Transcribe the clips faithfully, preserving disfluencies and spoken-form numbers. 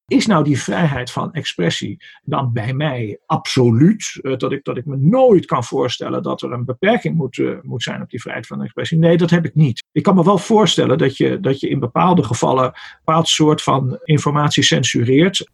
Is nou die vrijheid van expressie dan bij mij absoluut? Uh, dat, ik, dat ik me nooit kan voorstellen dat er een beperking moet, uh, moet zijn op die vrijheid van expressie? Nee, dat heb ik niet. Ik kan me wel voorstellen dat je, dat je in bepaalde gevallen een bepaald soort van informatie censureert.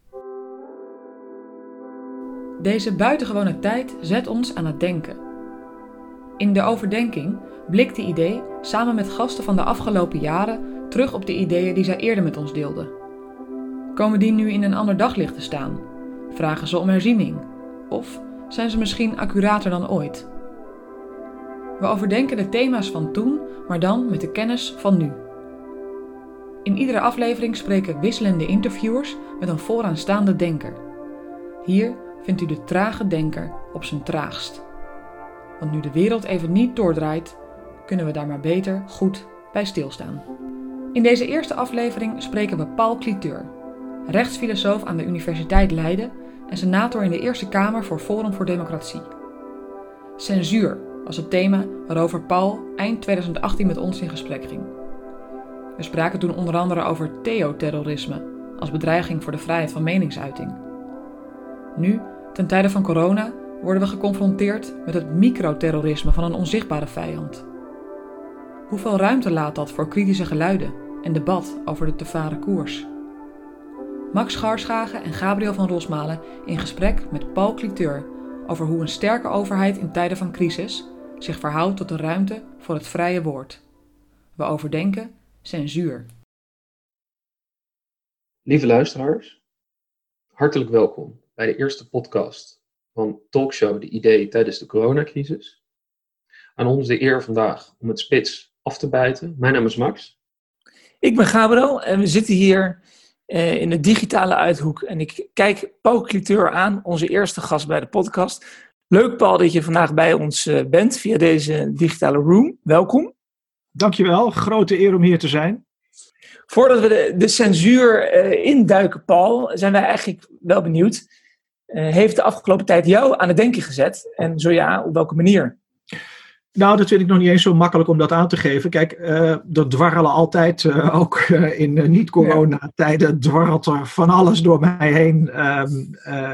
Deze buitengewone tijd zet ons aan het denken. In de overdenking blikt de idee samen met gasten van de afgelopen jaren terug op de ideeën die zij eerder met ons deelden. Komen die nu in een ander daglicht te staan? Vragen ze om herziening? Of zijn ze misschien accurater dan ooit? We overdenken de thema's van toen, maar dan met de kennis van nu. In iedere aflevering spreken wisselende interviewers met een vooraanstaande denker. Hier vindt u de trage denker op zijn traagst. Want nu de wereld even niet doordraait, kunnen we daar maar beter goed bij stilstaan. In deze eerste aflevering spreken we Paul Cliteur, rechtsfilosoof aan de Universiteit Leiden en senator in de Eerste Kamer voor Forum voor Democratie. Censuur was het thema waarover Paul eind twintig achttien met ons in gesprek ging. We spraken toen onder andere over theoterrorisme als bedreiging voor de vrijheid van meningsuiting. Nu, ten tijde van corona, worden we geconfronteerd met het microterrorisme van een onzichtbare vijand. Hoeveel ruimte laat dat voor kritische geluiden en debat over de te varen koers? Max Scharschagen en Gabriel van Rosmalen in gesprek met Paul Cliteur over hoe een sterke overheid in tijden van crisis zich verhoudt tot de ruimte voor het vrije woord. We overdenken censuur. Lieve luisteraars, hartelijk welkom bij de eerste podcast van Talkshow De Idee tijdens de coronacrisis. Aan ons de eer vandaag om het spits af te bijten. Mijn naam is Max. Ik ben Gabriel en we zitten hier uh, in de digitale uithoek. En ik kijk Paul Cliteur aan, onze eerste gast bij de podcast. Leuk Paul dat je vandaag bij ons uh, bent via deze digitale room. Welkom. Dankjewel, grote eer om hier te zijn. Voordat we de, de censuur uh, induiken, Paul, zijn wij eigenlijk wel benieuwd. Uh, heeft de afgelopen tijd jou aan het denken gezet? En zo ja, op welke manier? Nou, dat vind ik nog niet eens zo makkelijk om dat aan te geven. Kijk, uh, er dwarrelen altijd, uh, ook uh, in uh, niet-corona-tijden, dwarrelt er van alles door mij heen. Um, uh,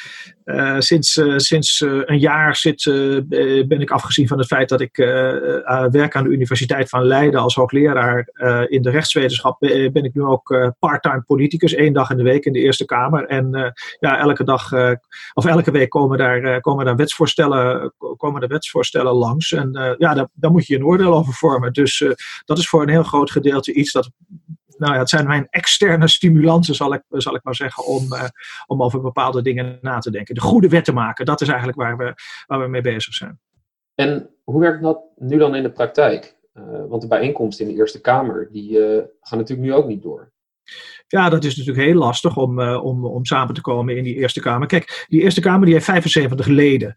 uh, sinds uh, sinds uh, een jaar zit, uh, ben ik afgezien van het feit dat ik uh, uh, werk aan de Universiteit van Leiden als hoogleraar uh, in de rechtswetenschap. Ben ik nu ook uh, part-time politicus, één dag in de week in de Eerste Kamer. En uh, ja, elke dag, uh, of elke week komen daar, uh, komen daar wetsvoorstellen, komen er wetsvoorstellen langs. En Uh, ja, daar, daar moet je een oordeel over vormen. Dus uh, dat is voor een heel groot gedeelte iets dat, nou ja, het zijn mijn externe stimulansen, zal ik, zal ik maar zeggen, om, uh, om over bepaalde dingen na te denken. De goede wetten maken, dat is eigenlijk waar we, waar we mee bezig zijn. En hoe werkt dat nu dan in de praktijk? Uh, want de bijeenkomsten in de Eerste Kamer, die uh, gaan natuurlijk nu ook niet door. Ja, dat is natuurlijk heel lastig om, uh, om, om samen te komen in die Eerste Kamer. Kijk, die Eerste Kamer die heeft vijfenzeventig leden.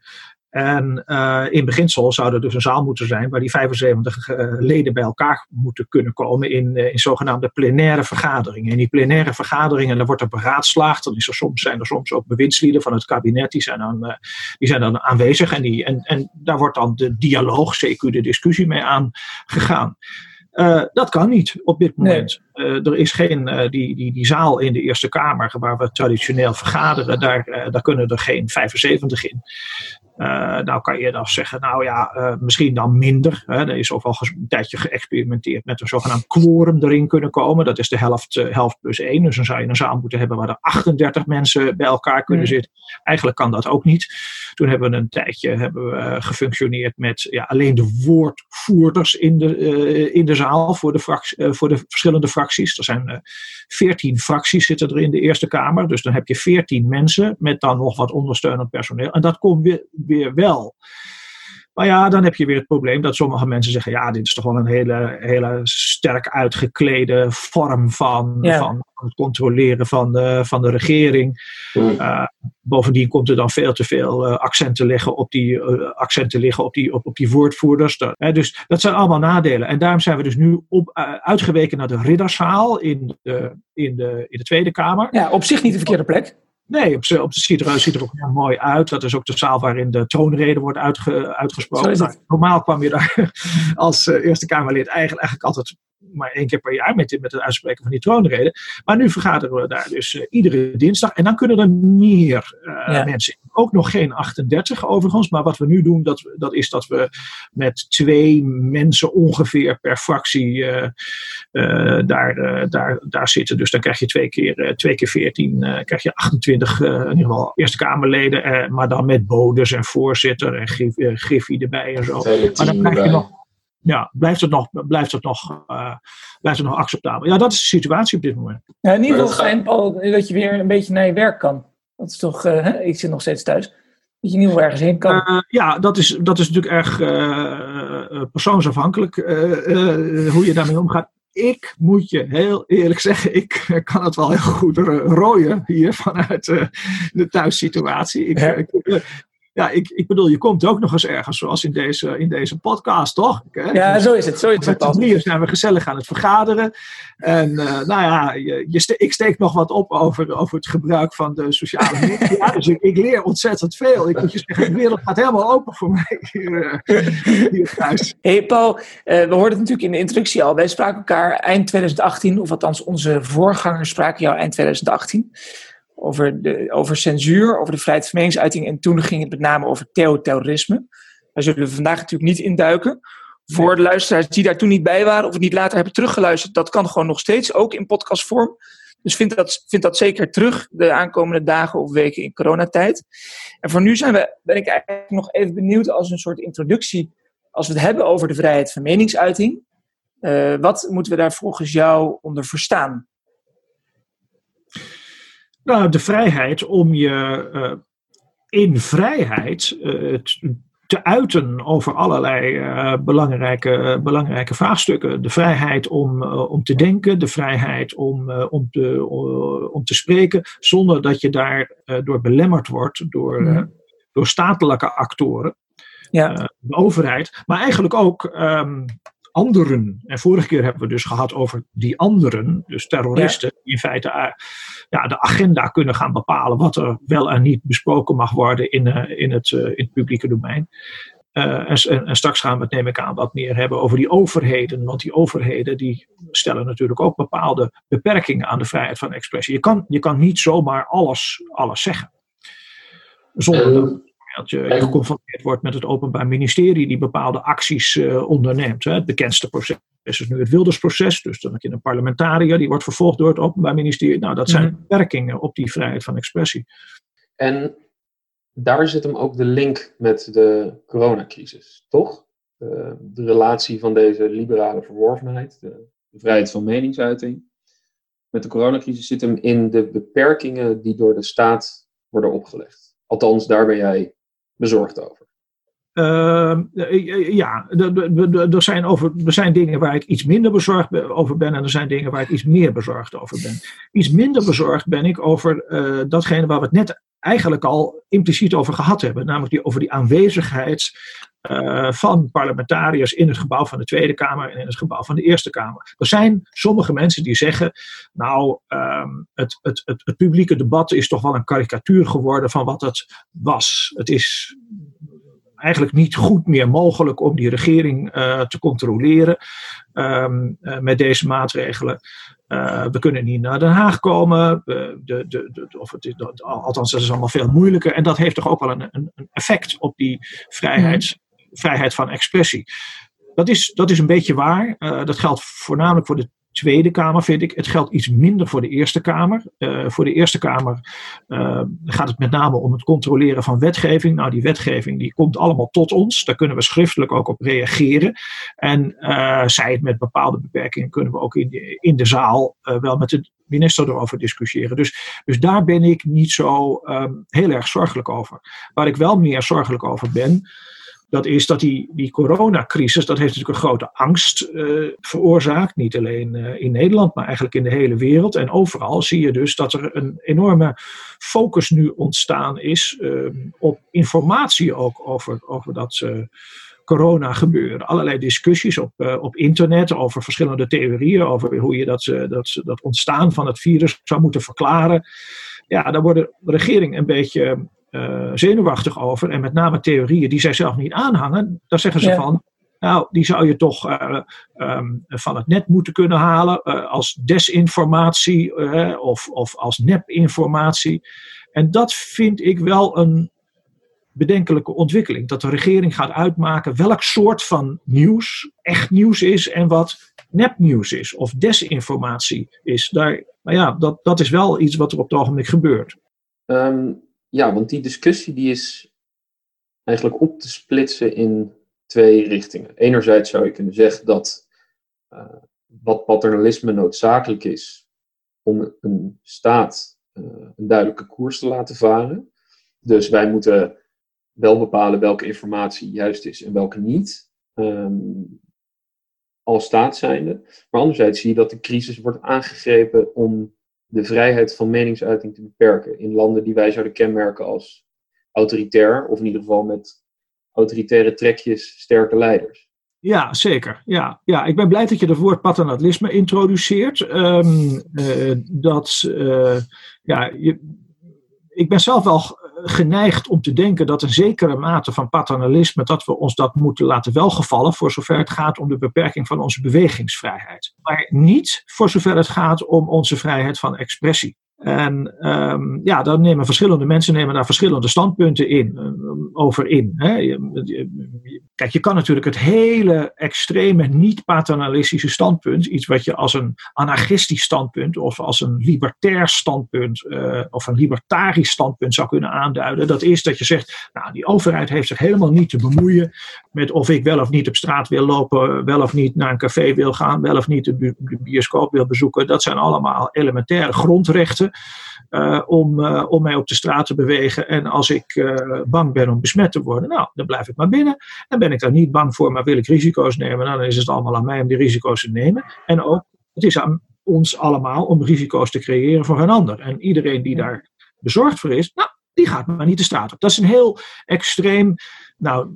En uh, in beginsel zou er dus een zaal moeten zijn waar die vijfenzeventig uh, leden bij elkaar moeten kunnen komen in, uh, in zogenaamde plenaire vergaderingen. In die plenaire vergaderingen, daar wordt er beraadslaagd. Dan is er soms, zijn er soms ook bewindslieden van het kabinet, die zijn dan, uh, die zijn dan aanwezig. En, die, en, en daar wordt dan de dialoog, C Q de discussie mee aangegaan. Uh, dat kan niet op dit moment. Nee. Uh, er is geen, uh, die, die, die zaal in de Eerste Kamer waar we traditioneel vergaderen, daar, uh, daar kunnen er geen vijfenzeventig in. Uh, nou kan je dan zeggen, nou ja, uh, misschien dan minder. Hè. Er is ook al een tijdje geëxperimenteerd met een zogenaamd quorum erin kunnen komen. Dat is de helft, uh, helft plus één. Dus dan zou je een zaal moeten hebben waar er achtendertig mensen bij elkaar kunnen mm. zitten. Eigenlijk kan dat ook niet. Toen hebben we een tijdje hebben we, uh, gefunctioneerd met ja, alleen de woordvoerders in de, uh, in de zaal voor de, fractie, uh, voor de verschillende fracties. Er zijn uh, veertien fracties zitten er in de Eerste Kamer. Dus dan heb je veertien mensen met dan nog wat ondersteunend personeel. En dat komt weer weer wel. Maar ja, dan heb je weer het probleem dat sommige mensen zeggen, ja, dit is toch wel een hele, hele sterk uitgeklede vorm van, ja. van het controleren van de, van de regering. Uh, bovendien komt er dan veel te veel uh, accenten liggen op die, uh, accenten liggen op die, op, op die woordvoerders. Dat, uh, dus dat zijn allemaal nadelen. En daarom zijn we dus nu op, uh, uitgeweken naar de Ridderzaal in de, in, de, in de Tweede Kamer. Ja, op zich niet de verkeerde plek. Nee, op, op de ziet er, ziet er ook heel mooi uit. Dat is ook de zaal waarin de troonrede wordt uitge, uitgesproken. Nou, normaal kwam je daar als uh, Eerste Kamerlid eigenlijk, eigenlijk altijd maar één keer per jaar met, met het uitspreken van die troonrede. Maar nu vergaderen we daar dus uh, iedere dinsdag. En dan kunnen er meer uh, ja. mensen in. Ook nog geen achtendertig overigens. Maar wat we nu doen, dat, dat is dat we met twee mensen ongeveer per fractie uh, uh, daar, uh, daar, daar zitten. Dus dan krijg je twee keer, uh, twee keer veertien, uh, krijg je achtentwintig uh, in ieder geval Eerste Kamerleden. Uh, maar dan met bodes en voorzitter en Griff, uh, Griffie erbij en zo. Maar dan krijg je nog... Ja, blijft het nog, blijft het nog, uh, blijft het nog acceptabel. Ja, dat is de situatie op dit moment. Ja, in ieder geval fijn, Paul, dat je weer een beetje naar je werk kan. Dat is toch, uh, hè? Ik zit nog steeds thuis. Dat je in ieder geval ergens heen kan. Uh, ja, dat is, dat is natuurlijk erg uh, persoonsafhankelijk uh, uh, hoe je daarmee omgaat. Ik moet je heel eerlijk zeggen, ik kan het wel heel goed rooien hier vanuit uh, de thuissituatie. Ik, ja. ik, uh, Ja, ik, ik bedoel, je komt ook nog eens ergens, zoals in deze, in deze podcast, toch? Hè? Ja, zo is het. Zo is het. Met z'n drieën zijn we gezellig aan het vergaderen. En uh, nou ja, je, je ste- ik steek nog wat op over, over het gebruik van de sociale media. Dus ik, ik leer ontzettend veel. Ik moet je zeggen, de wereld gaat helemaal open voor mij hier, uh, hier thuis. Hey Paul, uh, we hoorden het natuurlijk in de introductie al. Wij spraken elkaar eind twintig achttien, of althans onze voorgangers spraken jou eind twintig achttien. Over, de, over censuur, over de vrijheid van meningsuiting. En toen ging het met name over theoterrorisme. Daar zullen we vandaag natuurlijk niet induiken. Voor nee. de luisteraars die daar toen niet bij waren of het niet later hebben teruggeluisterd, dat kan gewoon nog steeds, ook in podcastvorm. Dus vind dat, vind dat zeker terug de aankomende dagen of weken in coronatijd. En voor nu zijn we, ben ik eigenlijk nog even benieuwd als een soort introductie, als we het hebben over de vrijheid van meningsuiting. Uh, wat moeten we daar volgens jou onder verstaan? Nou, de vrijheid om je uh, in vrijheid uh, te uiten over allerlei uh, belangrijke, uh, belangrijke vraagstukken. De vrijheid om, uh, om te denken, de vrijheid om, uh, om, te, uh, om te spreken, zonder dat je daar uh, door belemmerd wordt door, uh, door statelijke actoren, ja. uh, de overheid, maar eigenlijk ook um, anderen. En vorige keer hebben we dus gehad over die anderen, dus terroristen, ja. die in feite uh, ja, de agenda kunnen gaan bepalen wat er wel en niet besproken mag worden in, uh, in, het, uh, in het publieke domein. Uh, en, en straks gaan we het, neem ik aan, wat meer hebben over die overheden. Want die overheden die stellen natuurlijk ook bepaalde beperkingen aan de vrijheid van expressie. Je kan, je kan niet zomaar alles, alles zeggen. Zonder dat, dat je geconfronteerd wordt met het Openbaar Ministerie die bepaalde acties uh, onderneemt. Hè. Het bekendste proces is nu het Wildersproces. Dus dan heb je een parlementariër die wordt vervolgd door het Openbaar Ministerie. Nou, dat zijn mm-hmm. beperkingen op die vrijheid van expressie. En daar zit hem ook de link met de coronacrisis, toch? De, de relatie van deze liberale verworvenheid, de, de vrijheid van meningsuiting. Met de coronacrisis zit hem in de beperkingen die door de staat worden opgelegd. Althans, daar ben jij bezorgd over. Uh, ja, er zijn, over, er zijn dingen waar ik iets minder bezorgd over ben en er zijn dingen waar ik iets meer bezorgd over ben. Iets minder bezorgd ben ik over uh, datgene waar we het net eigenlijk al impliciet over gehad hebben. Namelijk die, over die aanwezigheid uh, van parlementariërs in het gebouw van de Tweede Kamer en in het gebouw van de Eerste Kamer. Er zijn sommige mensen die zeggen, nou, um, het, het, het, het publieke debat is toch wel een karikatuur geworden van wat het was. Het is eigenlijk niet goed meer mogelijk om die regering uh, te controleren um, uh, met deze maatregelen. Uh, we kunnen niet naar Den Haag komen. Uh, de, de, de, of het is, de, althans, dat is allemaal veel moeilijker. En dat heeft toch ook wel een, een, een effect op die vrijheid, vrijheid van expressie. Dat is, dat is een beetje waar. Uh, dat geldt voornamelijk voor de Tweede Kamer, vind ik. Het geldt iets minder voor de Eerste Kamer. Uh, voor de Eerste Kamer uh, gaat het met name om het controleren van wetgeving. Nou, die wetgeving die komt allemaal tot ons. Daar kunnen we schriftelijk ook op reageren. En uh, zij het met bepaalde beperkingen kunnen we ook in de, in de zaal uh, wel met de minister erover discussiëren. Dus, dus daar ben ik niet zo um, heel erg zorgelijk over. Waar ik wel meer zorgelijk over ben, dat is dat die, die coronacrisis, dat heeft natuurlijk een grote angst uh, veroorzaakt. Niet alleen uh, in Nederland, maar eigenlijk in de hele wereld. En overal zie je dus dat er een enorme focus nu ontstaan is uh, op informatie ook over, over dat uh, corona gebeuren. Allerlei discussies op, uh, op internet over verschillende theorieën, over hoe je dat, uh, dat, dat ontstaan van het virus zou moeten verklaren. Ja, daar wordt de regering een beetje Uh, zenuwachtig over. En met name theorieën die zij zelf niet aanhangen. Daar zeggen ze ja. van, Nou, die zou je toch uh, um, van het net moeten kunnen halen uh, als desinformatie uh, of, of als nepinformatie. En dat vind ik wel een bedenkelijke ontwikkeling. Dat de regering gaat uitmaken welk soort van nieuws echt nieuws is en wat nepnieuws is of desinformatie is. Daar, nou ja, dat, dat is wel iets wat er op het ogenblik gebeurt. Um, ja, want die discussie die is eigenlijk op te splitsen in twee richtingen. Enerzijds zou je kunnen zeggen dat uh, wat paternalisme noodzakelijk is om een staat uh, een duidelijke koers te laten varen. Dus wij moeten wel bepalen welke informatie juist is en welke niet. Um, als staat zijnde. Maar anderzijds zie je dat de crisis wordt aangegrepen om de vrijheid van meningsuiting te beperken in landen die wij zouden kenmerken als autoritair, of in ieder geval met autoritaire trekjes, sterke leiders. Ja, zeker. Ja, ja, ik ben blij dat je het woord paternalisme introduceert. Um, uh, dat, uh, ja, je, ik ben zelf wel geneigd om te denken dat een zekere mate van paternalisme, dat we ons dat moeten laten welgevallen voor zover het gaat om de beperking van onze bewegingsvrijheid. Maar niet voor zover het gaat om onze vrijheid van expressie. En um, ja, daar nemen verschillende mensen nemen daar verschillende standpunten in, um, over in. Hè. Je, je, kijk, je kan natuurlijk het hele extreme, niet-paternalistische standpunt, iets wat je als een anarchistisch standpunt of als een libertair standpunt uh, of een libertarisch standpunt zou kunnen aanduiden. Dat is dat je zegt, nou, die overheid heeft zich helemaal niet te bemoeien met of ik wel of niet op straat wil lopen, wel of niet naar een café wil gaan, wel of niet de bioscoop wil bezoeken. Dat zijn allemaal elementaire grondrechten. Uh, om, uh, om mij op de straat te bewegen. En als ik uh, bang ben om besmet te worden, nou, dan blijf ik maar binnen. En ben ik daar niet bang voor, maar wil ik risico's nemen, nou, dan is het allemaal aan mij om die risico's te nemen. En ook, het is aan ons allemaal om risico's te creëren voor een ander. En iedereen die daar bezorgd voor is, nou, die gaat maar niet de straat op. Dat is een heel extreem, nou,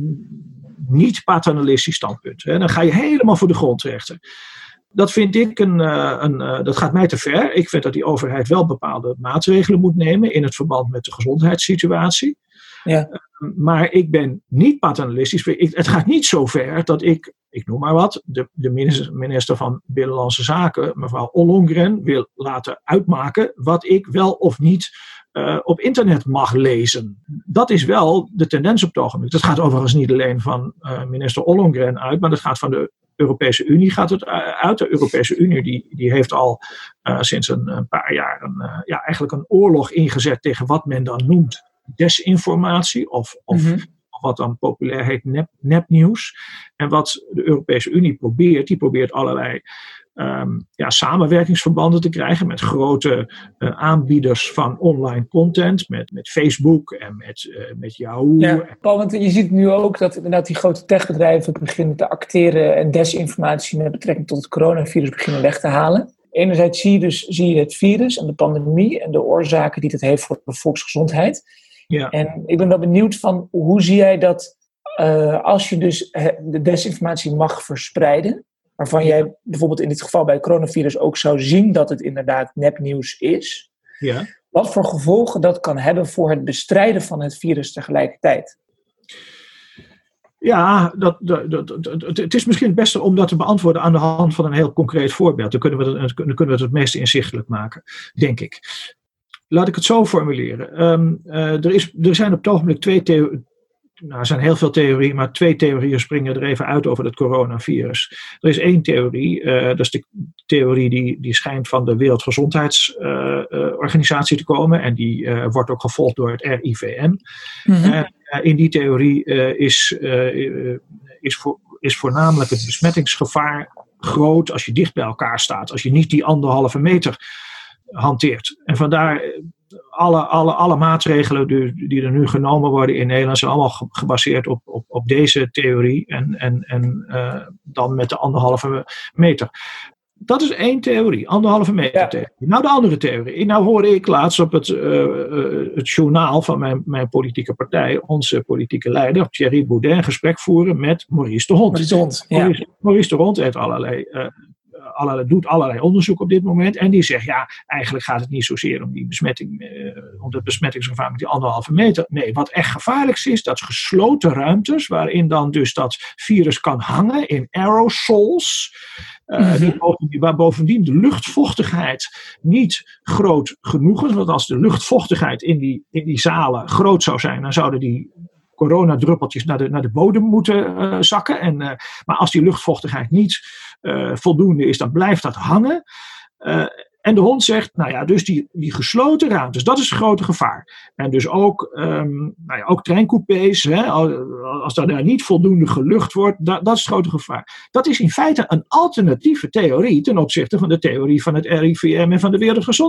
niet paternalistisch standpunt. Hè. Dan ga je helemaal voor de grondrechten. Dat vind ik een, een, een, dat gaat mij te ver. Ik vind dat die overheid wel bepaalde maatregelen moet nemen in het verband met de gezondheidssituatie. Ja. Maar ik ben niet paternalistisch. Ik, het gaat niet zo ver dat ik, ik noem maar wat, de, de minister, minister van Binnenlandse Zaken, mevrouw Ollongren, wil laten uitmaken wat ik wel of niet uh, op internet mag lezen. Dat is wel de tendens op het ogenblik. Dat gaat overigens niet alleen van uh, minister Ollongren uit, maar dat gaat van de Europese Unie gaat het uit. De Europese Unie die, die heeft al uh, sinds een, een paar jaar een, uh, ja, eigenlijk een oorlog ingezet tegen wat men dan noemt desinformatie of, of, mm-hmm. of wat dan populair heet nep, nepnieuws. En wat de Europese Unie probeert, die probeert allerlei um, ja, samenwerkingsverbanden te krijgen met grote uh, aanbieders van online content, met, met Facebook en met, uh, met Yahoo. Ja, Paul, want je ziet nu ook dat inderdaad die grote techbedrijven beginnen te acteren en desinformatie met betrekking tot het coronavirus beginnen weg te halen. Enerzijds zie je dus zie je het virus en de pandemie en de oorzaken die het heeft voor de volksgezondheid. Ja. En ik ben wel benieuwd van hoe zie jij dat uh, als je dus de desinformatie mag verspreiden, waarvan jij bijvoorbeeld in dit geval bij het coronavirus ook zou zien dat het inderdaad nepnieuws is. Ja. Wat voor gevolgen dat kan hebben voor het bestrijden van het virus tegelijkertijd? Ja, dat, dat, dat, dat, het is misschien het beste om dat te beantwoorden aan de hand van een heel concreet voorbeeld. Dan kunnen we het, dan kunnen we het het meest inzichtelijk maken, denk ik. Laat ik het zo formuleren. Um, uh, er, is, er zijn op het ogenblik twee theorieën. Nou, er zijn heel veel theorieën, maar twee theorieën springen er even uit over het coronavirus. Er is één theorie, uh, dat is de theorie die, die schijnt van de Wereldgezondheidsorganisatie uh, uh, te komen. En die uh, wordt ook gevolgd door het R I V M. Mm-hmm. Uh, in die theorie uh, is, uh, is, voor, is voornamelijk het besmettingsgevaar groot als je dicht bij elkaar staat. Als je niet die anderhalve meter hanteert. En vandaar alle, alle, alle maatregelen die, die er nu genomen worden in Nederland zijn allemaal gebaseerd op, op, op deze theorie en, en, en uh, dan met de anderhalve meter. Dat is één theorie, anderhalve meter ja. theorie. Nou, de andere theorie. Nou hoorde ik laatst op het, uh, uh, het journaal van mijn, mijn politieke partij, onze politieke leider, Thierry Baudet, een gesprek voeren met Maurice de Hond. Maurice de Hond, ja. Maurice, Maurice de Hond heeft allerlei uh, allerlei, doet allerlei onderzoek op dit moment. En die zegt, ja, eigenlijk gaat het niet zozeer om die besmetting, uh, om het besmettingsgevaar met die anderhalve meter. Nee, wat echt gevaarlijkst is, dat is gesloten ruimtes, waarin dan dus dat virus kan hangen in aerosols. Uh, Mm-hmm. die bovendien, waar bovendien de luchtvochtigheid niet groot genoeg is. Want als de luchtvochtigheid in die, in die zalen groot zou zijn, dan zouden die coronadruppeltjes naar de, naar de bodem moeten uh, zakken. En, uh, maar als die luchtvochtigheid niet uh, voldoende is, dan blijft dat hangen. Uh, en de hond zegt, nou ja, dus die, die gesloten ruimtes, dat is het grote gevaar. En dus ook, um, nou ja, ook treincoupés, hè, als daar niet voldoende gelucht wordt, dat, dat is het grote gevaar. Dat is in feite een alternatieve theorie ten opzichte van de theorie van het R I V M en van de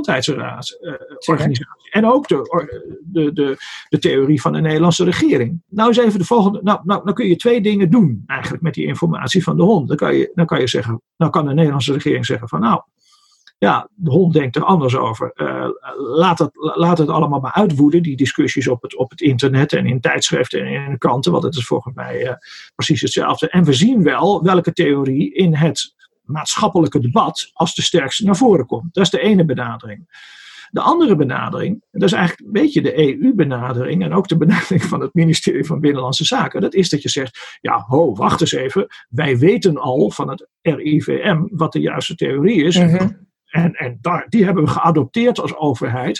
Wereldgezondheidsorganisatie. Uh, en ook de, de, de, de theorie van de Nederlandse regering. Nou is even de volgende, nou, nou, nou kun je twee dingen doen eigenlijk met die informatie van de hond. Dan kan je, dan kan je zeggen, nou kan de Nederlandse regering zeggen van nou, ja, de hond denkt er anders over. Uh, laat, het, laat het allemaal maar uitwoeden, die discussies op het, op het internet en in tijdschriften en in de kranten, want het is volgens mij uh, precies hetzelfde. En we zien wel welke theorie in het maatschappelijke debat als de sterkste naar voren komt. Dat is de ene benadering. De andere benadering, dat is eigenlijk een beetje de E U-benadering en ook de benadering van het ministerie van Binnenlandse Zaken, dat is dat je zegt, ja, ho, wacht eens even, wij weten al van het R I V M wat de juiste theorie is. Mm-hmm. En, en daar, die hebben we geadopteerd als overheid.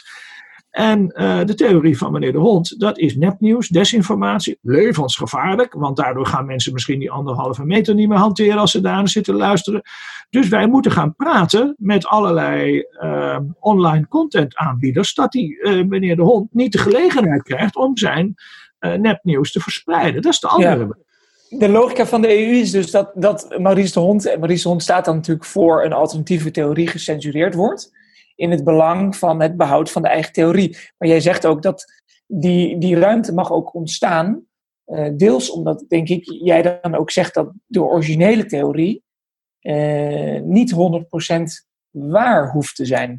En uh, de theorie van meneer De Hond, dat is nepnieuws, desinformatie, levensgevaarlijk. Want daardoor gaan mensen misschien die anderhalve meter niet meer hanteren als ze daar zitten luisteren. Dus wij moeten gaan praten met allerlei uh, online content aanbieders, dat die uh, meneer De Hond niet de gelegenheid krijgt om zijn uh, nepnieuws te verspreiden. Dat is de andere. Ja. De logica van de E U is dus dat, dat Maurice de Hond, en Maurice de Hond staat dan natuurlijk voor een alternatieve theorie, gecensureerd wordt in het belang van het behoud van de eigen theorie. Maar jij zegt ook dat die, die ruimte mag ook ontstaan, uh, deels omdat, denk ik, jij dan ook zegt dat de originele theorie uh, niet honderd procent waar hoeft te zijn.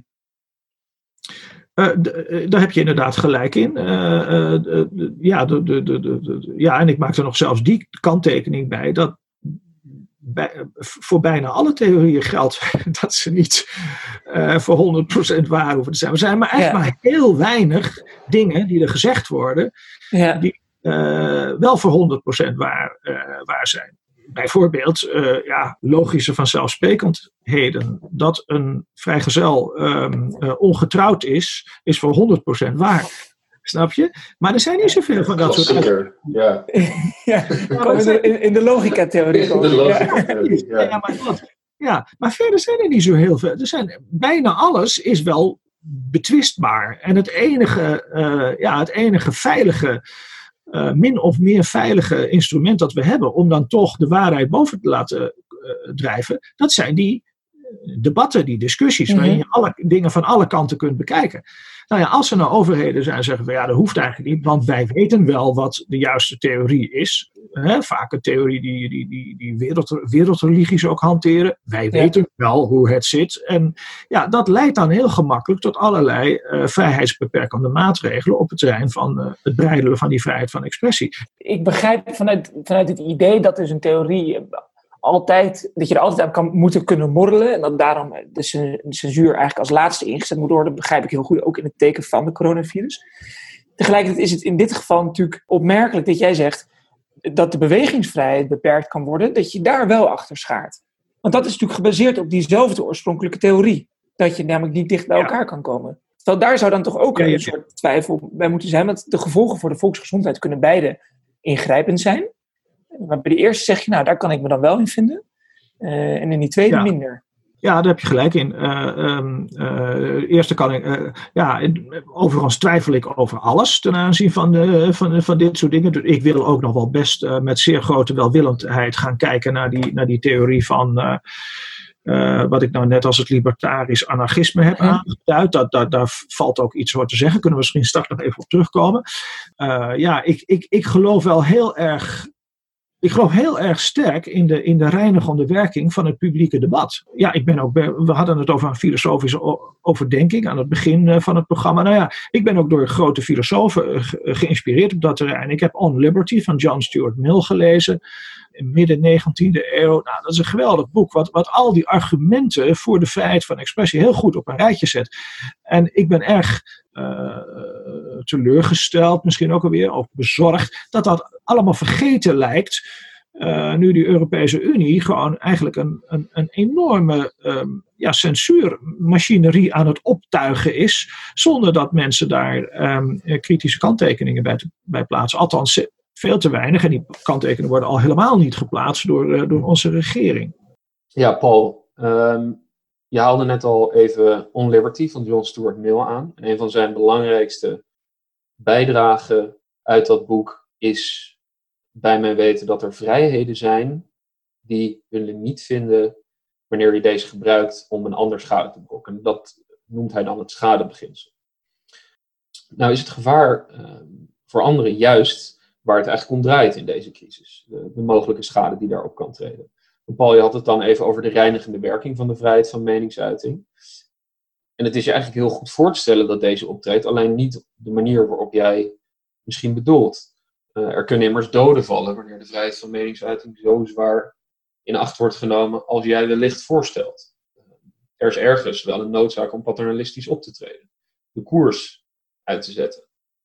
Uh, d- uh, daar heb je inderdaad gelijk in. Uh, uh, uh, uh, ja, de, de, de, de, de, ja, en ik maak er nog zelfs die kanttekening bij, dat bij, uh, voor bijna alle theorieën geldt dat ze niet uh, voor honderd procent waar hoeven te zijn. Er zijn maar echt ja. maar heel weinig dingen die er gezegd worden, ja. die uh, wel voor honderd procent waar, uh, waar zijn. Bijvoorbeeld, uh, ja, logische vanzelfsprekendheden. Dat een vrijgezel um, uh, ongetrouwd is, is voor honderd procent waar. Snap je? Maar er zijn niet zoveel van dat soort dingen. Ja. ja, in, in de logica-theorie. In de logica-theorie, ja. Ja, maar wat, ja, maar verder zijn er niet zo heel veel. Er zijn, bijna alles is wel betwistbaar. En het enige, uh, ja, het enige veilige, Uh, min of meer veilige instrument dat we hebben om dan toch de waarheid boven te laten uh, drijven, dat zijn die debatten, die discussies, mm-hmm. waarin je alle dingen van alle kanten kunt bekijken. Nou ja, als er nou overheden zijn zeggen van ja, dat hoeft eigenlijk niet, want wij weten wel wat de juiste theorie is. Hè, vaak een theorie die, die, die, die wereld, wereldreligies ook hanteren. Wij ja. weten wel hoe het zit. En ja, dat leidt dan heel gemakkelijk tot allerlei uh, vrijheidsbeperkende maatregelen op het terrein van uh, het breidelen van die vrijheid van expressie. Ik begrijp vanuit, vanuit het idee dat dus een theorie altijd, dat je er altijd aan kan moeten kunnen morrelen en dat daarom de censuur eigenlijk als laatste ingezet moet worden, begrijp ik heel goed, ook in het teken van de coronavirus. Tegelijkertijd is het in dit geval natuurlijk opmerkelijk dat jij zegt dat de bewegingsvrijheid beperkt kan worden, dat je daar wel achter schaart. Want dat is natuurlijk gebaseerd op diezelfde oorspronkelijke theorie, dat je namelijk niet dicht bij elkaar ja. kan komen. Terwijl daar zou dan toch ook ja, ja, ja. een soort twijfel bij moeten zijn, want de gevolgen voor de volksgezondheid kunnen beide ingrijpend zijn. Maar bij de eerste zeg je, nou, daar kan ik me dan wel in vinden. Uh, en in die tweede ja. minder. Ja, daar heb je gelijk in. Uh, um, uh, de eerste kan ik... Uh, ja, overigens twijfel ik over alles ten aanzien van, de, van, van dit soort dingen. Dus ik wil ook nog wel best uh, met zeer grote welwillendheid gaan kijken naar die, naar die theorie van... Uh, Uh, wat ik nou net als het libertarisch anarchisme heb ja. aangeduid. Dat, dat, daar valt ook iets voor te zeggen. Kunnen we misschien straks nog even op terugkomen. Uh, ja, ik, ik, ik geloof wel heel erg Ik geloof heel erg sterk in de, in de reinigende werking van het publieke debat. Ja, ik ben ook, we hadden het over een filosofische overdenking aan het begin van het programma. Nou ja, ik ben ook door grote filosofen ge, geïnspireerd op dat terrein. Ik heb On Liberty van John Stuart Mill gelezen. Midden negentiende eeuw. Nou, dat is een geweldig boek. Wat, wat al die argumenten voor de vrijheid van expressie heel goed op een rijtje zet. En ik ben erg uh, teleurgesteld, misschien ook alweer, of bezorgd, dat dat allemaal vergeten lijkt. Uh, nu die Europese Unie gewoon eigenlijk een, een, een enorme um, ja, censuurmachinerie aan het optuigen is. Zonder dat mensen daar um, kritische kanttekeningen bij, te, bij plaatsen. Althans, veel te weinig. En die kanttekeningen worden al helemaal niet geplaatst door, uh, door onze regering. Ja, Paul. Um, je haalde net al even On Liberty van John Stuart Mill aan. En een van zijn belangrijkste bijdragen uit dat boek is bij mijn weten dat er vrijheden zijn die hun limiet vinden wanneer hij deze gebruikt om een ander schade te berokkenen. Dat noemt hij dan het schadebeginsel. Nou is het gevaar uh, voor anderen juist waar het eigenlijk om draait in deze crisis. De, de mogelijke schade die daarop kan treden. En Paul, je had het dan even over de reinigende werking van de vrijheid van meningsuiting. En het is je eigenlijk heel goed voor te stellen dat deze optreedt, alleen niet op de manier waarop jij misschien bedoelt. Uh, er kunnen immers doden vallen wanneer de vrijheid van meningsuiting zo zwaar in acht wordt genomen als jij wellicht voorstelt. Uh, er is ergens wel een noodzaak om paternalistisch op te treden. De koers uit te zetten.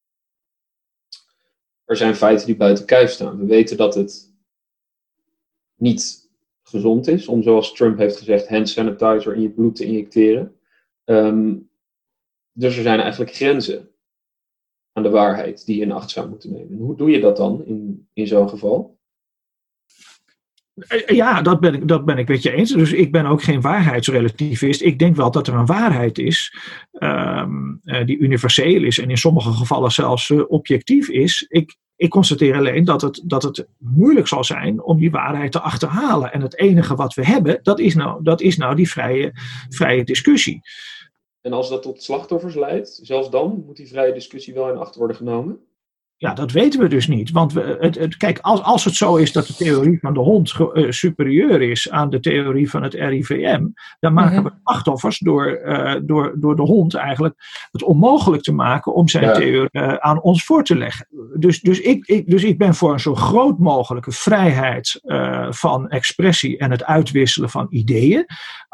Er zijn feiten die buiten kijf staan. We weten dat het niet gezond is om, zoals Trump heeft gezegd, hand sanitizer in je bloed te injecteren. Um, dus er zijn eigenlijk grenzen aan de waarheid die je in acht zou moeten nemen. En hoe doe je dat dan in, in zo'n geval? Ja, dat ben, ik, dat ben ik met je eens. Dus ik ben ook geen waarheidsrelativist. Ik denk wel dat er een waarheid is um, uh, die universeel is en in sommige gevallen zelfs uh, objectief is. Ik, ik constateer alleen dat het, dat het moeilijk zal zijn om die waarheid te achterhalen. En het enige wat we hebben, dat is nou, dat is nou die vrije, vrije discussie. En als dat tot slachtoffers leidt, zelfs dan moet die vrije discussie wel in acht worden genomen? Ja, dat weten we dus niet. Want we, het, het, kijk, als, als het zo is dat de theorie van de hond uh, superieur is aan de theorie van het R I V M, dan maken mm-hmm. we slachtoffers door, uh, door, door de hond eigenlijk het onmogelijk te maken om zijn ja. theorie uh, aan ons voor te leggen. Dus, dus, ik, ik, dus ik ben voor een zo groot mogelijke vrijheid uh, van expressie en het uitwisselen van ideeën.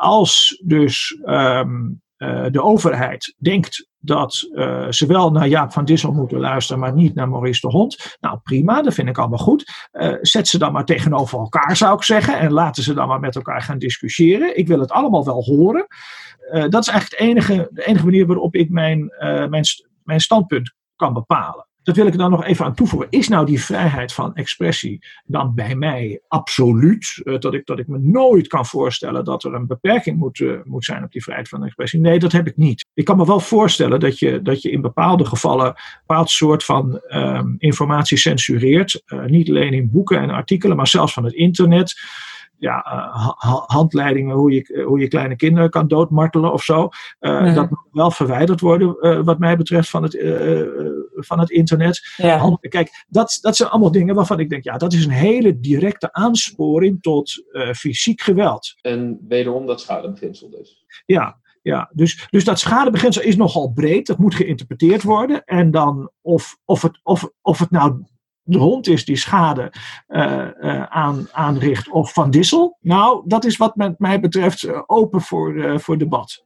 Als dus um, uh, de overheid denkt dat uh, ze wel naar Jaap van Dissel moeten luisteren, maar niet naar Maurice de Hond. Nou prima, dat vind ik allemaal goed. Uh, zet ze dan maar tegenover elkaar, zou ik zeggen. En laten ze dan maar met elkaar gaan discussiëren. Ik wil het allemaal wel horen. Uh, dat is eigenlijk de enige, de enige manier waarop ik mijn, uh, mijn, mijn standpunt kan bepalen. Dat wil ik er dan nog even aan toevoegen. Is nou die vrijheid van expressie dan bij mij absoluut? Uh, dat, ik, dat ik me nooit kan voorstellen dat er een beperking moet, uh, moet zijn op die vrijheid van expressie. Nee, dat heb ik niet. Ik kan me wel voorstellen dat je, dat je in bepaalde gevallen een bepaald soort van um, informatie censureert. Uh, niet alleen in boeken en artikelen, maar zelfs van het internet. Ja, uh, ha- handleidingen hoe je, uh, hoe je kleine kinderen kan doodmartelen of zo. Uh, mm-hmm. Dat moet wel verwijderd worden, uh, wat mij betreft, van het, uh, uh, van het internet. Ja. Hand, kijk, dat, dat zijn allemaal dingen waarvan ik denk, ja, dat is een hele directe aansporing tot uh, fysiek geweld. En wederom dat schadebeginsel dus. Ja. Ja, dus, dus dat schadebeginsel is nogal breed. Dat moet geïnterpreteerd worden. En dan of, of, het, of, of het nou de hond is die schade uh, uh, aan, aanricht of Van Dissel. Nou, dat is wat met mij betreft uh, open voor, uh, voor debat.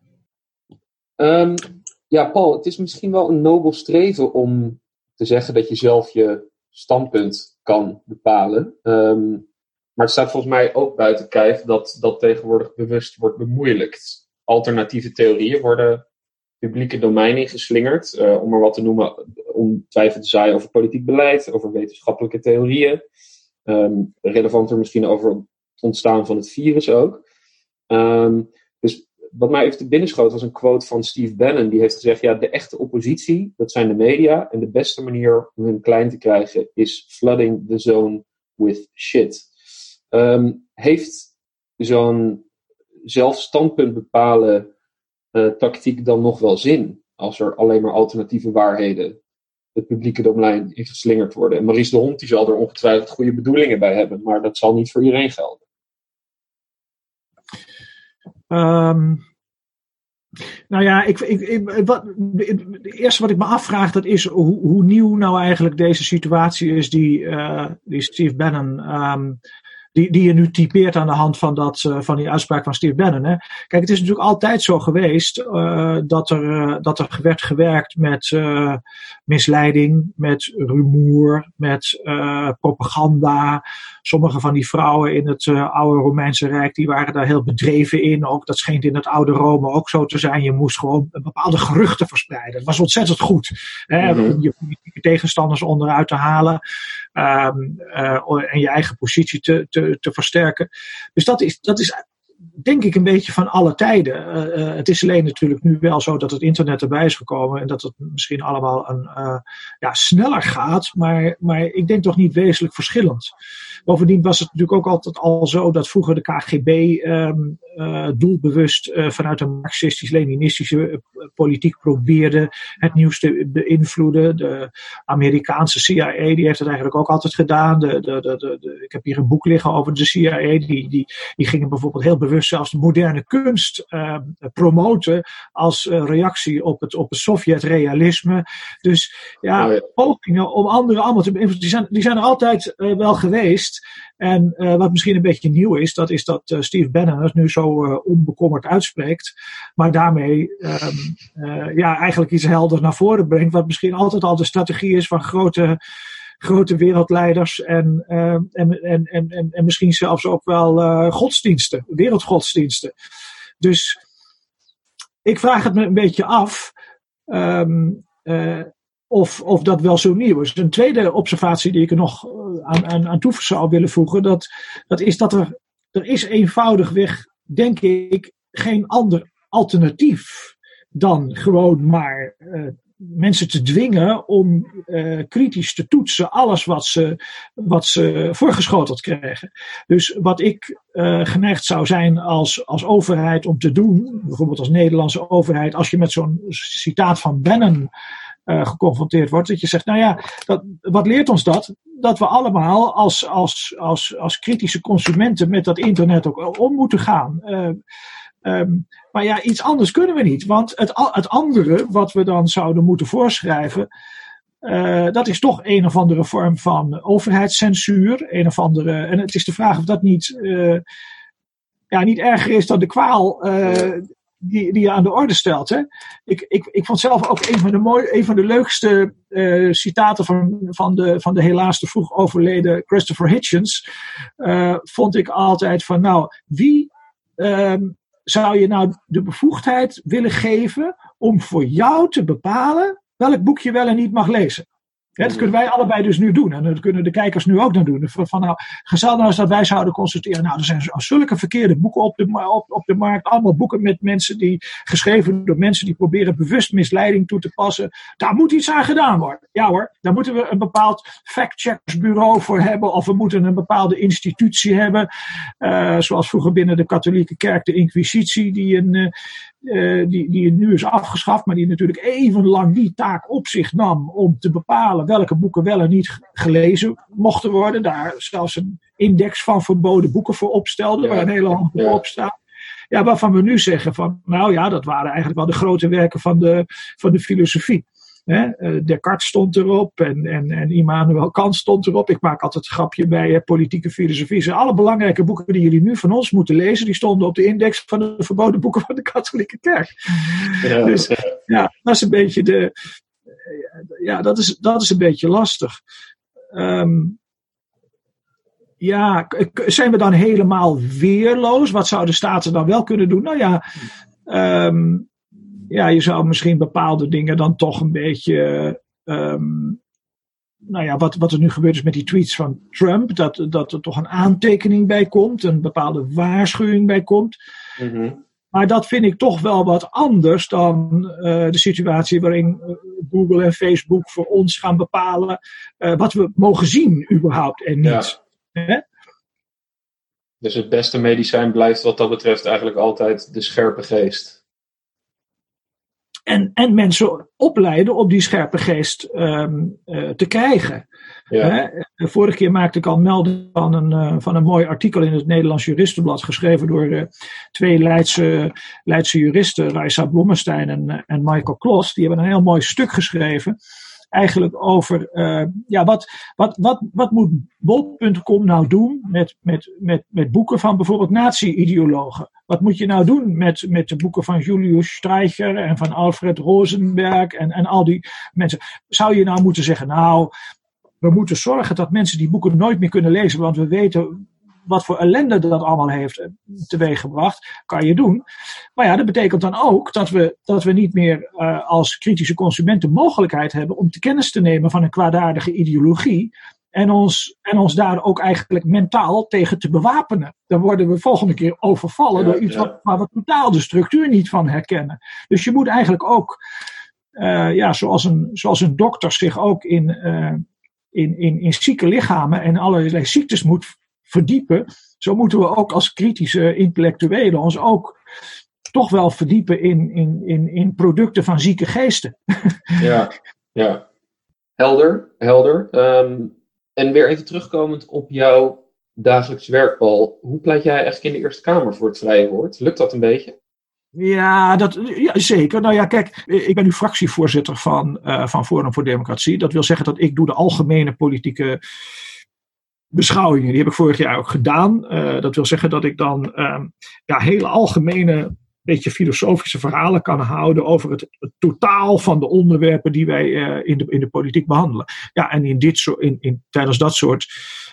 Um, ja, Paul, het is misschien wel een nobel streven om te zeggen dat je zelf je standpunt kan bepalen. Um, maar het staat volgens mij ook buiten kijf dat dat tegenwoordig bewust wordt bemoeilijkt. Alternatieve theorieën worden publieke domein ingeslingerd. Uh, om er wat te noemen, om twijfel te zaaien over politiek beleid, over wetenschappelijke theorieën. Um, relevanter misschien over het ontstaan van het virus ook. Um, dus wat mij even te binnen schoot was een quote van Steve Bannon. Die heeft gezegd, ja, de echte oppositie, dat zijn de media. En de beste manier om hen klein te krijgen is flooding the zone with shit. Um, heeft zo'n zelf standpunt bepalen uh, tactiek dan nog wel zin? Als er alleen maar alternatieve waarheden het publieke domein in geslingerd worden. En Maurice de Hond die zal er ongetwijfeld goede bedoelingen bij hebben, maar dat zal niet voor iedereen gelden. Um, nou ja, ik, ik, ik, wat, het eerste wat ik me afvraag, dat is hoe, hoe nieuw nou eigenlijk deze situatie is die, uh, die Steve Bannon, um, die, die je nu typeert aan de hand van, dat, uh, van die uitspraak van Steve Bannon. Hè. Kijk, het is natuurlijk altijd zo geweest uh, dat, er, uh, dat er werd gewerkt met uh, misleiding, met rumoer, met uh, propaganda. Sommige van die vrouwen in het uh, oude Romeinse Rijk, die waren daar heel bedreven in. Ook, dat scheen in het oude Rome ook zo te zijn. Je moest gewoon bepaalde geruchten verspreiden. Het was ontzettend goed. Hè, mm-hmm. Om je politieke tegenstanders onderuit te halen. Um, uh, en je eigen positie te, te, te versterken. Dus dat is, dat is denk ik een beetje van alle tijden. Uh, uh, het is alleen natuurlijk nu wel zo dat het internet erbij is gekomen. En dat het misschien allemaal een, uh, ja, sneller gaat. Maar, maar ik denk toch niet wezenlijk verschillend. Bovendien was het natuurlijk ook altijd al zo dat vroeger de K G B um, uh, doelbewust uh, vanuit een marxistisch-leninistische uh, politiek probeerde het nieuws te beïnvloeden. De Amerikaanse C I A die heeft het eigenlijk ook altijd gedaan. De, de, de, de, de, ik heb hier een boek liggen over de C I A. Die, die, die gingen bijvoorbeeld heel bewust zelfs de moderne kunst uh, promoten als uh, reactie op het, op het Sovjet-realisme. Dus ja, oh ja, pogingen om anderen allemaal te beïnvloeden, die zijn, die zijn er altijd uh, wel geweest. En uh, wat misschien een beetje nieuw is, dat is dat uh, Steve Bannon het nu zo uh, onbekommerd uitspreekt. Maar daarmee um, uh, ja, eigenlijk iets helder naar voren brengt. Wat misschien altijd al de strategie is van grote, grote wereldleiders. En, uh, en, en, en, en, en misschien zelfs ook wel uh, godsdiensten, wereldgodsdiensten. Dus ik vraag het me een beetje af. Um, uh, Of, of dat wel zo nieuw is. Een tweede observatie die ik er nog aan, aan, aan toe zou willen voegen. Dat, dat is dat er, er is eenvoudigweg, denk ik, geen ander alternatief dan gewoon maar uh, mensen te dwingen om uh, kritisch te toetsen alles wat ze, wat ze voorgeschoteld krijgen. Dus wat ik uh, geneigd zou zijn als, als overheid om te doen, bijvoorbeeld als Nederlandse overheid, als je met zo'n citaat van Bannon Uh, geconfronteerd wordt, dat je zegt, nou ja, dat, wat leert ons dat? Dat we allemaal als, als, als, als kritische consumenten met dat internet ook om moeten gaan. Uh, um, maar ja, iets anders kunnen we niet, want het, het andere wat we dan zouden moeten voorschrijven, uh, dat is toch een of andere vorm van overheidscensuur, een of andere, en het is de vraag of dat niet, uh, ja, niet erger is dan de kwaal, uh, Die, die je aan de orde stelt. Hè? Ik, ik, ik vond zelf ook een van de, mooi, een van de leukste uh, citaten van, van, de, van de helaas te vroeg overleden Christopher Hitchens. Uh, vond ik altijd van, nou, wie uh, zou je nou de bevoegdheid willen geven om voor jou te bepalen welk boek je wel en niet mag lezen? Ja, dat kunnen wij allebei dus nu doen. En dat kunnen de kijkers nu ook dan doen. Van, van, nou, gezel nou eens dat wij zouden constateren. Nou, er zijn zulke verkeerde boeken op de, op, op de markt. Allemaal boeken met mensen die, geschreven door mensen die proberen bewust misleiding toe te passen. Daar moet iets aan gedaan worden. Ja hoor, daar moeten we een bepaald fact-checkersbureau voor hebben. Of we moeten een bepaalde institutie hebben. Uh, zoals vroeger binnen de katholieke kerk de inquisitie. Die, een, uh, uh, die, die nu is afgeschaft. Maar die natuurlijk even lang die taak op zich nam om te bepalen welke boeken wel en niet gelezen mochten worden. Daar zelfs een index van verboden boeken voor opstelde, ja, waar een hele hoop boeken ja. op staan. Ja, waarvan we nu zeggen van, nou ja, dat waren eigenlijk wel de grote werken van de, van de filosofie. Hè? Uh, Descartes stond erop en, en, en Immanuel Kant stond erop. Ik maak altijd een grapje bij uh, politieke filosofie. Zijn alle belangrijke boeken die jullie nu van ons moeten lezen, die stonden op de index van de verboden boeken van de katholieke kerk. Ja, dus ja, dat is een beetje de... Ja, dat is, dat is een beetje lastig. Um, ja, zijn we dan helemaal weerloos? Wat zou de staten dan wel kunnen doen? Nou ja, um, ja, je zou misschien bepaalde dingen dan toch een beetje... Um, nou ja, wat, wat er nu gebeurd is met die tweets van Trump, dat, dat er toch een aantekening bij komt, een bepaalde waarschuwing bij komt. Mm-hmm. Maar dat vind ik toch wel wat anders dan uh, de situatie waarin uh, Google en Facebook voor ons gaan bepalen uh, wat we mogen zien überhaupt en niet. Ja. Hè? Dus het beste medicijn blijft wat dat betreft eigenlijk altijd de scherpe geest. En, en mensen opleiden om die scherpe geest um, uh, te krijgen. Ja. Hè? De vorige keer maakte ik al melding van een, uh, van een mooi artikel in het Nederlands Juristenblad, geschreven door uh, twee Leidse, Leidse juristen, Raisa Blommestein en, en Michael Klos. Die hebben een heel mooi stuk geschreven. Eigenlijk over, uh, ja, wat, wat, wat, wat moet bol punt com nou doen met, met, met, met boeken van bijvoorbeeld nazi-ideologen? Wat moet je nou doen met, met de boeken van Julius Streicher en van Alfred Rosenberg en, en al die mensen? Zou je nou moeten zeggen, nou, we moeten zorgen dat mensen die boeken nooit meer kunnen lezen, want we weten wat voor ellende dat allemaal heeft teweeggebracht, kan je doen. Maar ja, dat betekent dan ook dat we, dat we niet meer uh, als kritische consumenten mogelijkheid hebben om te kennis te nemen van een kwaadaardige ideologie en ons, en ons daar ook eigenlijk mentaal tegen te bewapenen. Dan worden we volgende keer overvallen ja, door iets ja. wat, waar we totaal de structuur niet van herkennen. Dus je moet eigenlijk ook, uh, ja, zoals een, zoals een dokter zich ook in, uh, in, in, in zieke lichamen en allerlei ziektes moet verdiepen, zo moeten we ook als kritische intellectuelen ons ook toch wel verdiepen in, in, in, in producten van zieke geesten. Ja, ja. Helder, helder. Um, en weer even terugkomend op jouw dagelijks werk, Paul. Hoe pleit jij eigenlijk in de Eerste Kamer voor het vrije woord? Lukt dat een beetje? Ja, dat, ja, zeker. Nou ja, kijk, ik ben nu fractievoorzitter van, uh, van Forum voor Democratie. Dat wil zeggen dat ik doe de algemene politieke beschouwingen. Die heb ik vorig jaar ook gedaan. Uh, dat wil zeggen dat ik dan uh, ja, hele algemene, beetje filosofische verhalen kan houden over het, het totaal van de onderwerpen die wij uh, in, de, in de politiek behandelen. Ja, en in dit soort, in, in, tijdens dat soort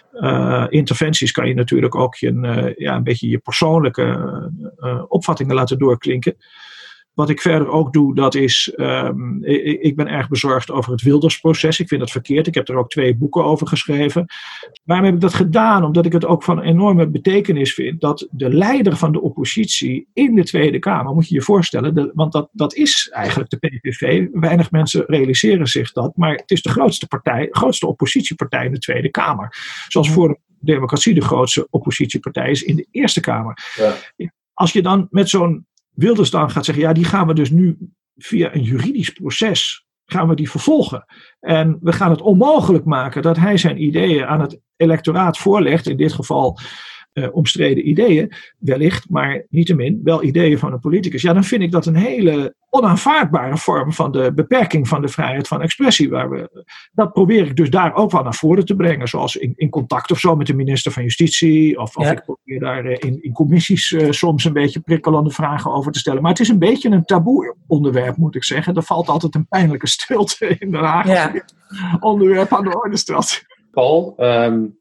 uh, interventies kan je natuurlijk ook je, uh, ja, een beetje je persoonlijke uh, opvattingen laten doorklinken. Wat ik verder ook doe, dat is, um, ik, ik ben erg bezorgd over het Wildersproces. Ik vind dat verkeerd. Ik heb er ook twee boeken over geschreven. Waarom heb ik dat gedaan? Omdat ik het ook van enorme betekenis vind dat de leider van de oppositie in de Tweede Kamer, moet je je voorstellen, de, want dat, dat is eigenlijk de P V V. Weinig mensen realiseren zich dat, maar het is de grootste partij, grootste oppositiepartij in de Tweede Kamer. Zoals Forum voor Democratie de grootste oppositiepartij is in de Eerste Kamer. Ja. Als je dan met zo'n Wilders dan gaat zeggen, ja, die gaan we dus nu via een juridisch proces, gaan we die vervolgen. En we gaan het onmogelijk maken dat hij zijn ideeën aan het electoraat voorlegt, in dit geval uh, omstreden ideeën, wellicht, maar niettemin wel ideeën van een politicus. Ja, dan vind ik dat een hele onaanvaardbare vorm van de beperking van de vrijheid van expressie. Waar we, dat probeer ik dus daar ook wel naar voren te brengen, zoals in, in contact of zo met de minister van Justitie, of, of ja. ik probeer daar in, in commissies uh, soms een beetje prikkelende vragen over te stellen. Maar het is een beetje een taboe onderwerp, moet ik zeggen. Er valt altijd een pijnlijke stilte in Den Haag ja. als je onderwerp aan de orde stelt. Paul, um,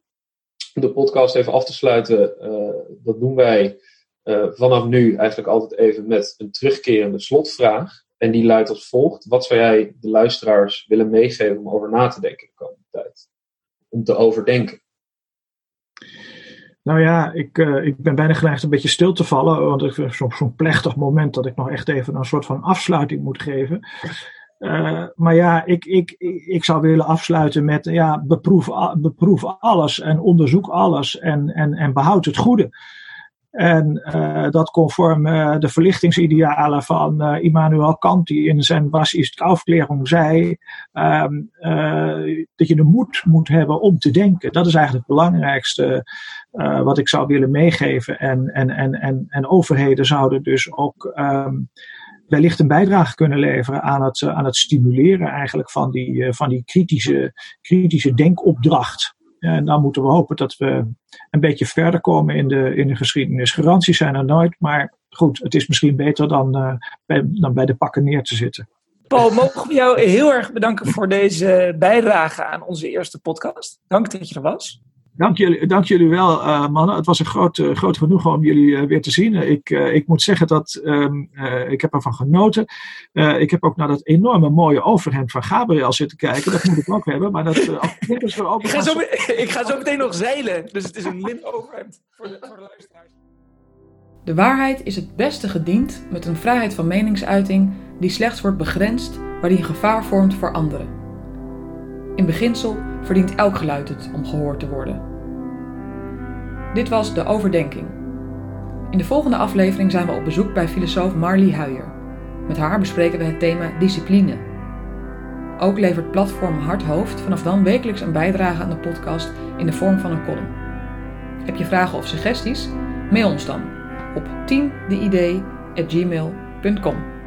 de podcast even af te sluiten, uh, dat doen wij uh, vanaf nu eigenlijk altijd even met een terugkerende slotvraag. En die luidt als volgt. Wat zou jij de luisteraars willen meegeven om over na te denken de komende tijd? Om te overdenken? Nou ja, ik, uh, ik ben bijna geneigd een beetje stil te vallen. Want ik vind zo'n, zo'n plechtig moment dat ik nog echt even een soort van afsluiting moet geven. Uh, maar ja, ik, ik, ik zou willen afsluiten met ja, beproef, beproef alles en onderzoek alles en, en, en behoud het goede. En uh, dat conform uh, de verlichtingsidealen van uh, Immanuel Kant, die in zijn Was ist Aufklärung zei, um, uh, dat je de moed moet hebben om te denken. Dat is eigenlijk het belangrijkste uh, wat ik zou willen meegeven. En, en, en, en, en overheden zouden dus ook um, wellicht een bijdrage kunnen leveren aan het, uh, aan het stimuleren eigenlijk van die, uh, van die kritische, kritische denkopdracht. En dan moeten we hopen dat we een beetje verder komen in de, in de geschiedenis. Garanties zijn er nooit, maar goed, het is misschien beter dan, uh, bij, dan bij de pakken neer te zitten. Paul, mogen we jou heel erg bedanken voor deze bijdrage aan onze eerste podcast. Dank dat je er was. Dank jullie, dank jullie wel, uh, mannen. Het was een groot, uh, groot genoegen om jullie uh, weer te zien. Ik, uh, ik moet zeggen dat um, uh, ik heb ervan genoten. Uh, ik heb ook naar dat enorme mooie overhemd van Gabriel zitten kijken. Dat moet ik ook hebben. Maar dat, uh, is er ook ik, ga zo, ik ga zo meteen nog zeilen. Dus het is een lint overhemd voor de, voor de luisteraars. De waarheid is het beste gediend met een vrijheid van meningsuiting die slechts wordt begrensd waar die een gevaar vormt voor anderen. In beginsel verdient elk geluid het om gehoord te worden. Dit was De Overdenking. In de volgende aflevering zijn we op bezoek bij filosoof Marlie Huijer. Met haar bespreken we het thema discipline. Ook levert platform Hart Hoofd vanaf dan wekelijks een bijdrage aan de podcast in de vorm van een column. Heb je vragen of suggesties? Mail ons dan op team de idee at gmail punt com.